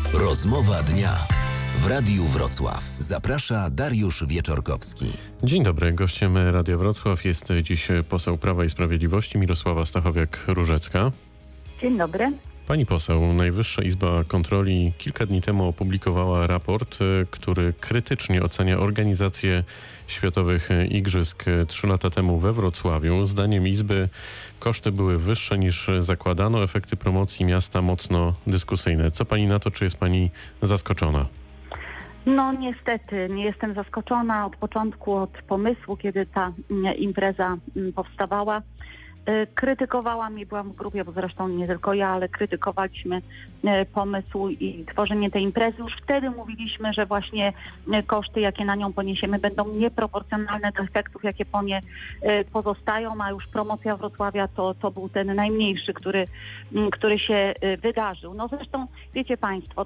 Rozmowa dnia w Radiu Wrocław. Zaprasza Dariusz Wieczorkowski. Dzień dobry. Gościem Radia Wrocław jest dziś poseł Prawa i Sprawiedliwości Mirosława Stachowiak-Różecka. Dzień dobry. Pani poseł, Najwyższa Izba Kontroli kilka dni temu opublikowała raport, który krytycznie ocenia organizację Światowych Igrzysk 3 lata temu we Wrocławiu. Zdaniem Izby koszty były wyższe niż zakładano, efekty promocji miasta mocno dyskusyjne. Co pani na to, czy jest pani zaskoczona? No niestety nie jestem zaskoczona od początku, od pomysłu, kiedy ta impreza powstawała. Krytykowałam i byłam w grupie, bo zresztą nie tylko ja, ale krytykowaliśmy pomysł i tworzenie tej imprezy. Już wtedy mówiliśmy, że właśnie koszty, jakie na nią poniesiemy, będą nieproporcjonalne do efektów, jakie po nie pozostają, a już promocja Wrocławia to był ten najmniejszy, który się wydarzył. No zresztą wiecie Państwo,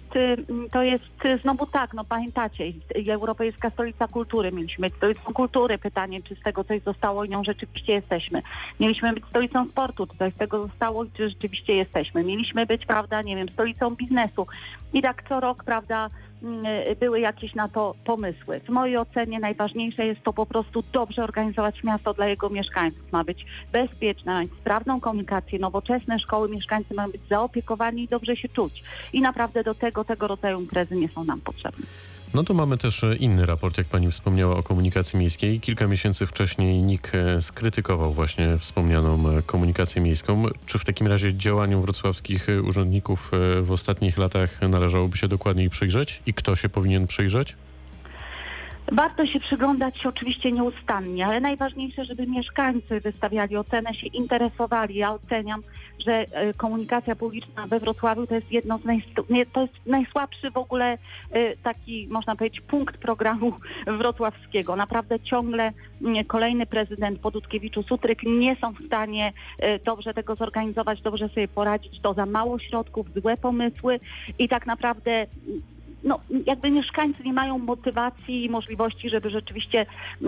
to jest znowu tak, no pamiętacie, Europejska Stolica Kultury, mieliśmy być stolicą kultury, pytanie, czy z tego coś zostało i nią rzeczywiście jesteśmy. Mieliśmy być stolicą sportu, tutaj z tego zostało, czy rzeczywiście jesteśmy. Mieliśmy być, prawda, nie wiem, stolicą biznesu. I tak co rok, prawda, były jakieś na to pomysły. W mojej ocenie najważniejsze jest to po prostu dobrze organizować miasto dla jego mieszkańców. Ma być bezpieczne, ma mieć sprawną komunikację, nowoczesne szkoły, mieszkańcy mają być zaopiekowani i dobrze się czuć. I naprawdę do tego rodzaju imprezy nie są nam potrzebne. No to mamy też inny raport, jak pani wspomniała, o komunikacji miejskiej. Kilka miesięcy wcześniej NIK skrytykował właśnie wspomnianą komunikację miejską. Czy w takim razie działaniom wrocławskich urzędników w ostatnich latach należałoby się dokładniej przyjrzeć? I kto się powinien przyjrzeć? Warto się przyglądać oczywiście nieustannie, ale najważniejsze, żeby mieszkańcy wystawiali ocenę, się interesowali. Ja oceniam, że komunikacja publiczna we Wrocławiu to jest to jest najsłabszy w ogóle taki, można powiedzieć, punkt programu wrocławskiego. Naprawdę ciągle kolejny prezydent po Dudkiewiczu-Sutryk nie są w stanie dobrze tego zorganizować, dobrze sobie poradzić. To za mało środków, złe pomysły i tak naprawdę jakby mieszkańcy nie mają motywacji i możliwości, żeby rzeczywiście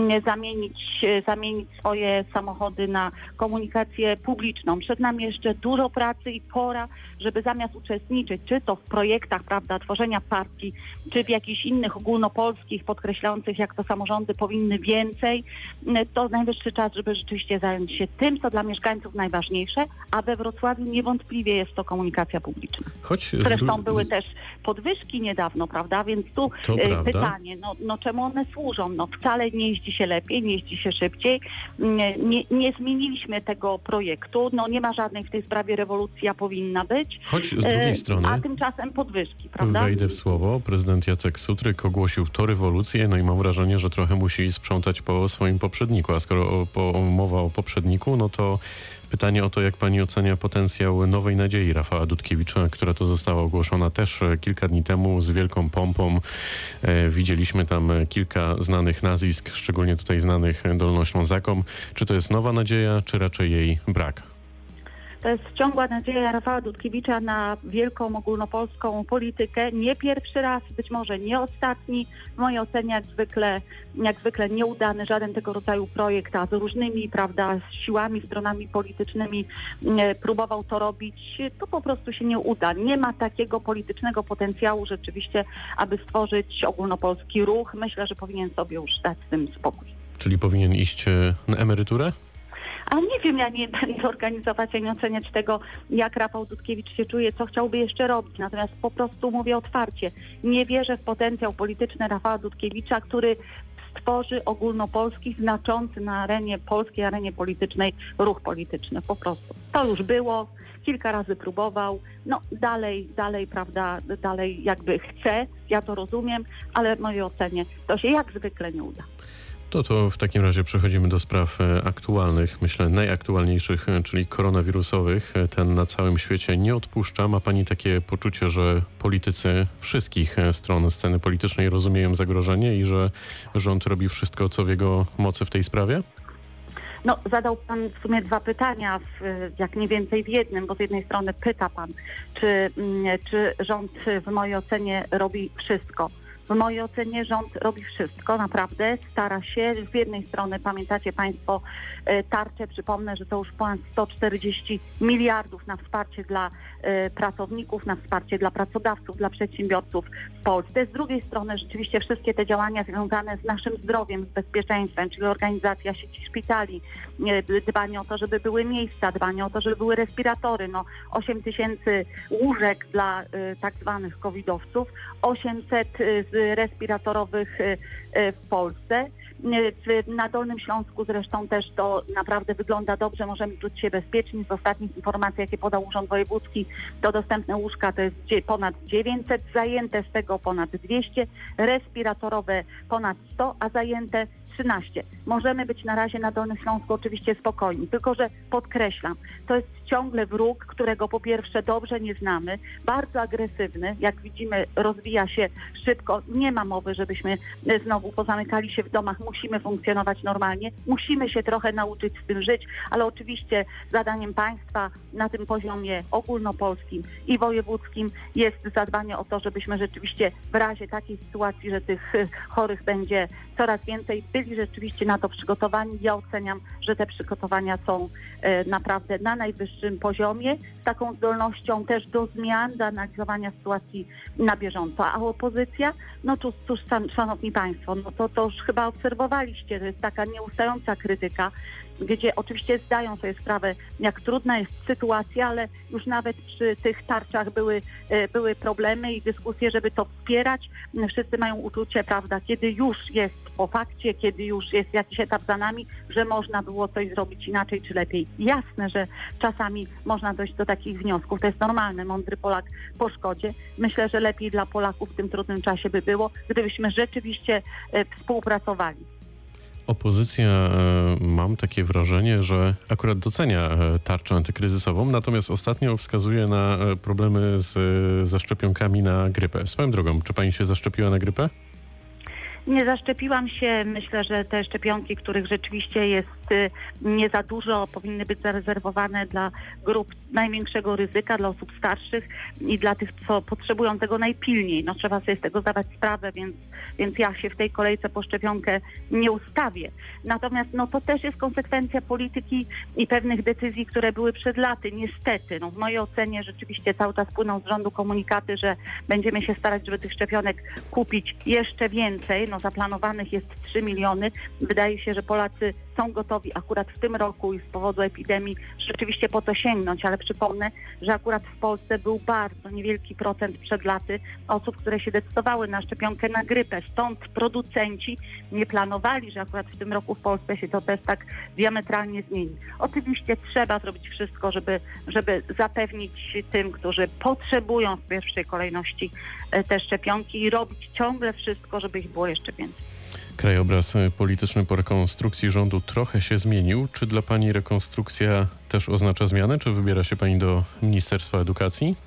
zamienić swoje samochody na komunikację publiczną. Przed nami jeszcze dużo pracy i pora, żeby zamiast uczestniczyć, czy to w projektach, prawda, tworzenia partii, czy w jakichś innych ogólnopolskich, podkreślających, jak to samorządy powinny więcej, to najwyższy czas, żeby rzeczywiście zająć się tym, co dla mieszkańców najważniejsze, a we Wrocławiu niewątpliwie jest to komunikacja publiczna. Zresztą były też podwyżki niedawno, prawda? Więc tu pytanie, czemu one służą? No wcale nie jeździ się lepiej, nie jeździ się szybciej. Nie zmieniliśmy tego projektu. No nie ma żadnej w tej sprawie rewolucji, a powinna być. Choć z drugiej strony... A tymczasem podwyżki, prawda? Wejdę w słowo. Prezydent Jacek Sutryk ogłosił to rewolucję, no i mam wrażenie, że trochę musi sprzątać po swoim poprzedniku. A skoro mowa o poprzedniku, no to pytanie o to, jak pani ocenia potencjał Nowej Nadziei Rafała Dudkiewicza, która to została ogłoszona też kilka dni temu z wielką pompą. Widzieliśmy tam kilka znanych nazwisk, szczególnie tutaj znanych Dolnoślązakom. Czy to jest nowa nadzieja, czy raczej jej brak? To jest ciągła nadzieja Rafała Dudkiewicza na wielką ogólnopolską politykę. Nie pierwszy raz, być może nie ostatni. W mojej ocenie jak zwykle nieudany żaden tego rodzaju projekt, a z różnymi, prawda, siłami, stronami politycznymi próbował to robić. To po prostu się nie uda. Nie ma takiego politycznego potencjału rzeczywiście, aby stworzyć ogólnopolski ruch. Myślę, że powinien sobie już dać z tym spokój. Czyli powinien iść na emeryturę? Ale nie wiem, ja nie będę organizować ani oceniać tego, jak Rafał Dudkiewicz się czuje, co chciałby jeszcze robić. Natomiast po prostu mówię otwarcie, nie wierzę w potencjał polityczny Rafała Dudkiewicza, który stworzy ogólnopolski, znaczący na arenie polskiej, arenie politycznej ruch polityczny. Po prostu. To już było, kilka razy próbował, dalej, prawda, dalej jakby chce, ja to rozumiem, ale w mojej ocenie to się jak zwykle nie uda. To w takim razie przechodzimy do spraw aktualnych, myślę najaktualniejszych, czyli koronawirusowych. Ten na całym świecie nie odpuszcza. Ma pani takie poczucie, że politycy wszystkich stron sceny politycznej rozumieją zagrożenie i że rząd robi wszystko, co w jego mocy w tej sprawie? Zadał pan w sumie dwa pytania, jak nie więcej w jednym, bo z jednej strony pyta pan, czy rząd w mojej ocenie robi wszystko. W mojej ocenie rząd robi wszystko, naprawdę stara się. Z jednej strony pamiętacie Państwo tarczę, przypomnę, że to już ponad 140 miliardów na wsparcie dla pracowników, na wsparcie dla pracodawców, dla przedsiębiorców w Polsce. Z drugiej strony rzeczywiście wszystkie te działania związane z naszym zdrowiem, z bezpieczeństwem, czyli organizacja sieci szpitali, dbanie o to, żeby były miejsca, dbanie o to, żeby były respiratory, 8 tysięcy łóżek dla tak zwanych covidowców, 800 respiratorowych w Polsce. Na Dolnym Śląsku zresztą też to naprawdę wygląda dobrze, możemy czuć się bezpieczni. Z ostatnich informacji, jakie podał Urząd Wojewódzki, to dostępne łóżka to jest ponad 900, zajęte z tego ponad 200, respiratorowe ponad 100, a zajęte 13. Możemy być na razie na Dolnym Śląsku oczywiście spokojni, tylko że podkreślam, to jest ciągle wróg, którego po pierwsze dobrze nie znamy, bardzo agresywny, jak widzimy rozwija się szybko, nie ma mowy, żebyśmy znowu pozamykali się w domach, musimy funkcjonować normalnie, musimy się trochę nauczyć z tym żyć, ale oczywiście zadaniem państwa na tym poziomie ogólnopolskim i wojewódzkim jest zadbanie o to, żebyśmy rzeczywiście w razie takiej sytuacji, że tych chorych będzie coraz więcej, byli rzeczywiście na to przygotowani. Ja oceniam, że te przygotowania są naprawdę na najwyższym poziomie, z taką zdolnością też do zmian, do analizowania sytuacji na bieżąco. A opozycja, cóż, szanowni państwo, to już chyba obserwowaliście, to jest taka nieustająca krytyka, gdzie oczywiście zdają sobie sprawę, jak trudna jest sytuacja, ale już nawet przy tych tarczach były problemy i dyskusje, żeby to wspierać. Wszyscy mają uczucie, prawda, kiedy już jest po fakcie, kiedy już jest jakiś etap za nami, że można było coś zrobić inaczej czy lepiej. Jasne, że czasami można dojść do takich wniosków. To jest normalne, mądry Polak po szkodzie. Myślę, że lepiej dla Polaków w tym trudnym czasie by było, gdybyśmy rzeczywiście współpracowali. Opozycja, mam takie wrażenie, że akurat docenia tarczę antykryzysową, natomiast ostatnio wskazuje na problemy ze szczepionkami na grypę. Swoją drogą, czy pani się zaszczepiła na grypę? Nie zaszczepiłam się. Myślę, że te szczepionki, których rzeczywiście jest nie za dużo, powinny być zarezerwowane dla grup największego ryzyka, dla osób starszych i dla tych, co potrzebują tego najpilniej. Trzeba sobie z tego zdawać sprawę, więc ja się w tej kolejce po szczepionkę nie ustawię. Natomiast to też jest konsekwencja polityki i pewnych decyzji, które były przed laty. Niestety, w mojej ocenie rzeczywiście cały czas płyną z rządu komunikaty, że będziemy się starać, żeby tych szczepionek kupić jeszcze więcej. Zaplanowanych jest 3 miliony. Wydaje się, że Polacy są gotowi akurat w tym roku i z powodu epidemii rzeczywiście po to sięgnąć, ale przypomnę, że akurat w Polsce był bardzo niewielki procent przed laty osób, które się decydowały na szczepionkę na grypę. Stąd producenci nie planowali, że akurat w tym roku w Polsce się to też tak diametralnie zmieni. Oczywiście trzeba zrobić wszystko, żeby zapewnić tym, którzy potrzebują w pierwszej kolejności te szczepionki i robić ciągle wszystko, żeby ich było jeszcze więcej. Krajobraz polityczny po rekonstrukcji rządu trochę się zmienił. Czy dla pani rekonstrukcja też oznacza zmianę? Czy wybiera się pani do Ministerstwa Edukacji?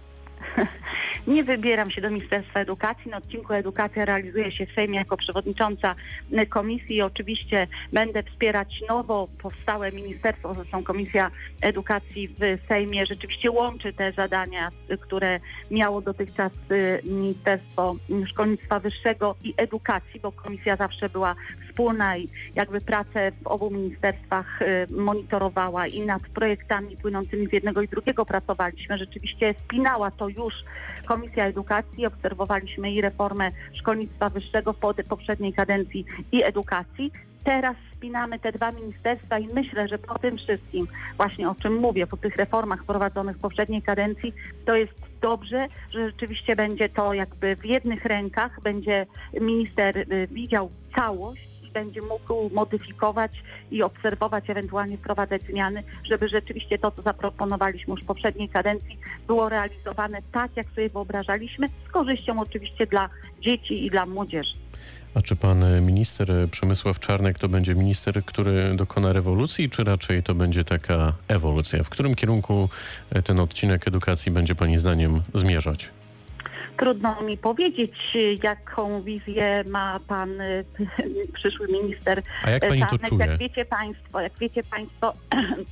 Nie wybieram się do Ministerstwa Edukacji. Na odcinku Edukacja realizuje się w Sejmie jako przewodnicząca komisji i oczywiście będę wspierać nowo powstałe ministerstwo. Zresztą Komisja Edukacji w Sejmie rzeczywiście łączy te zadania, które miało dotychczas Ministerstwo Szkolnictwa Wyższego i Edukacji, bo komisja zawsze była wspólna i jakby pracę w obu ministerstwach monitorowała i nad projektami płynącymi z jednego i drugiego pracowaliśmy. Rzeczywiście spinała to już Komisja Edukacji. Obserwowaliśmy i reformę szkolnictwa wyższego w poprzedniej kadencji i edukacji. Teraz spinamy te dwa ministerstwa i myślę, że po tym wszystkim, właśnie o czym mówię, po tych reformach wprowadzonych w poprzedniej kadencji, to jest dobrze, że rzeczywiście będzie to jakby w jednych rękach, będzie minister widział całość, będzie mógł modyfikować i obserwować, ewentualnie wprowadzać zmiany, żeby rzeczywiście to, co zaproponowaliśmy już w poprzedniej kadencji, było realizowane tak, jak sobie wyobrażaliśmy, z korzyścią oczywiście dla dzieci i dla młodzieży. A czy pan minister Przemysław Czarnek to będzie minister, który dokona rewolucji, czy raczej to będzie taka ewolucja? W którym kierunku ten odcinek edukacji będzie pani zdaniem zmierzać? Trudno mi powiedzieć, jaką wizję ma pan przyszły minister. A jak pani to czuje? Jak wiecie państwo,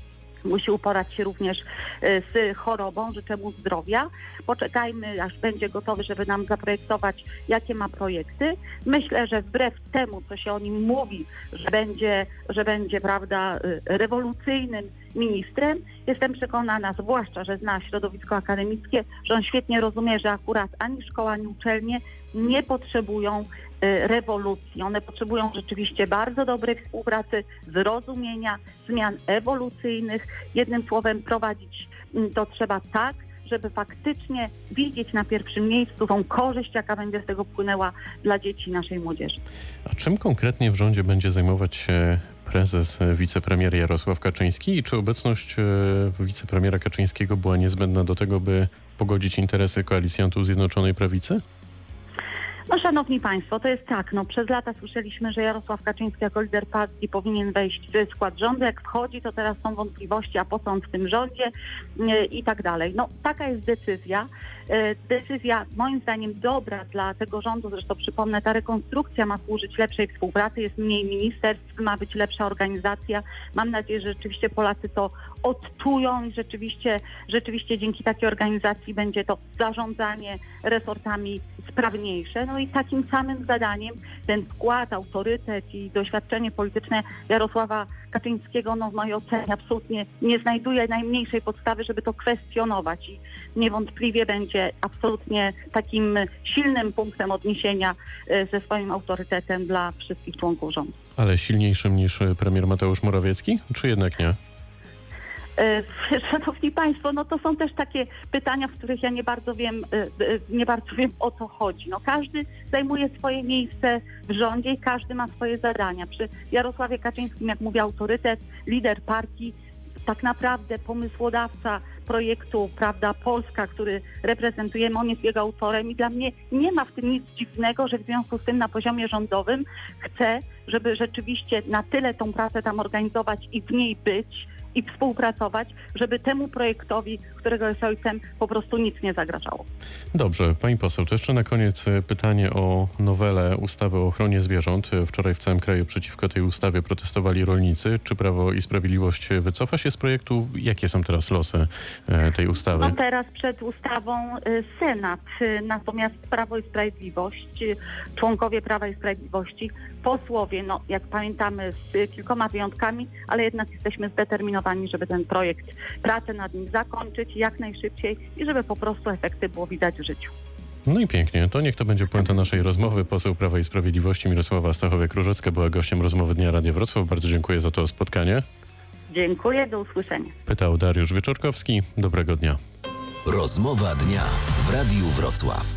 musi uporać się również z chorobą. Życzę mu zdrowia. Poczekajmy, aż będzie gotowy, żeby nam zaprojektować, jakie ma projekty. Myślę, że wbrew temu, co się o nim mówi, że będzie, prawda, rewolucyjnym ministrem, jestem przekonana, zwłaszcza, że zna środowisko akademickie, że on świetnie rozumie, że akurat ani szkoła, ani uczelnie nie potrzebują rewolucji. One potrzebują rzeczywiście bardzo dobrej współpracy, zrozumienia, zmian ewolucyjnych. Jednym słowem, prowadzić to trzeba tak, żeby faktycznie widzieć na pierwszym miejscu tą korzyść, jaka będzie z tego płynęła dla dzieci naszej młodzieży. A czym konkretnie w rządzie będzie zajmować się prezes, wicepremier Jarosław Kaczyński i czy obecność wicepremiera Kaczyńskiego była niezbędna do tego, by pogodzić interesy koalicjantów Zjednoczonej Prawicy? No, szanowni państwo, to jest tak, przez lata słyszeliśmy, że Jarosław Kaczyński jako lider partii powinien wejść w skład rządu. Jak wchodzi, to teraz są wątpliwości, a po co on w tym rządzie i tak dalej. Taka jest decyzja. Decyzja moim zdaniem dobra dla tego rządu. Zresztą przypomnę, ta rekonstrukcja ma służyć lepszej współpracy, jest mniej ministerstw, ma być lepsza organizacja. Mam nadzieję, że rzeczywiście Polacy to odczują i rzeczywiście dzięki takiej organizacji będzie to zarządzanie resortami sprawniejsze. I takim samym zadaniem ten wkład, autorytet i doświadczenie polityczne Jarosława Kaczyńskiego, w mojej ocenie absolutnie nie znajduje najmniejszej podstawy, żeby to kwestionować i niewątpliwie będzie absolutnie takim silnym punktem odniesienia ze swoim autorytetem dla wszystkich członków rządu. Ale silniejszym niż premier Mateusz Morawiecki, czy jednak nie? Szanowni państwo, to są też takie pytania, w których ja nie bardzo wiem o co chodzi. Każdy zajmuje swoje miejsce w rządzie i każdy ma swoje zadania. Przy Jarosławie Kaczyńskim, jak mówię, autorytet, lider partii, tak naprawdę pomysłodawca projektu, prawda, Polska, który reprezentujemy, on jest jego autorem i dla mnie nie ma w tym nic dziwnego, że w związku z tym na poziomie rządowym chce, żeby rzeczywiście na tyle tą pracę tam organizować i w niej być i współpracować, żeby temu projektowi, którego jest ojcem, po prostu nic nie zagrażało. Dobrze, pani poseł, to jeszcze na koniec pytanie o nowelę ustawy o ochronie zwierząt. Wczoraj w całym kraju przeciwko tej ustawie protestowali rolnicy. Czy Prawo i Sprawiedliwość wycofa się z projektu? Jakie są teraz losy tej ustawy? Teraz przed ustawą Senat, natomiast Prawo i Sprawiedliwość, członkowie Prawa i Sprawiedliwości, posłowie, jak pamiętamy, z kilkoma wyjątkami, ale jednak jesteśmy zdeterminowani, żeby ten projekt, pracę nad nim zakończyć jak najszybciej i żeby po prostu efekty było widać w życiu. No i pięknie. To niech to będzie puenta naszej rozmowy. Poseł Prawa i Sprawiedliwości Mirosława Stachowiak-Różecka była gościem rozmowy Dnia Radia Wrocław. Bardzo dziękuję za to spotkanie. Dziękuję, do usłyszenia. Pytał Dariusz Wieczorkowski. Dobrego dnia. Rozmowa dnia w Radiu Wrocław.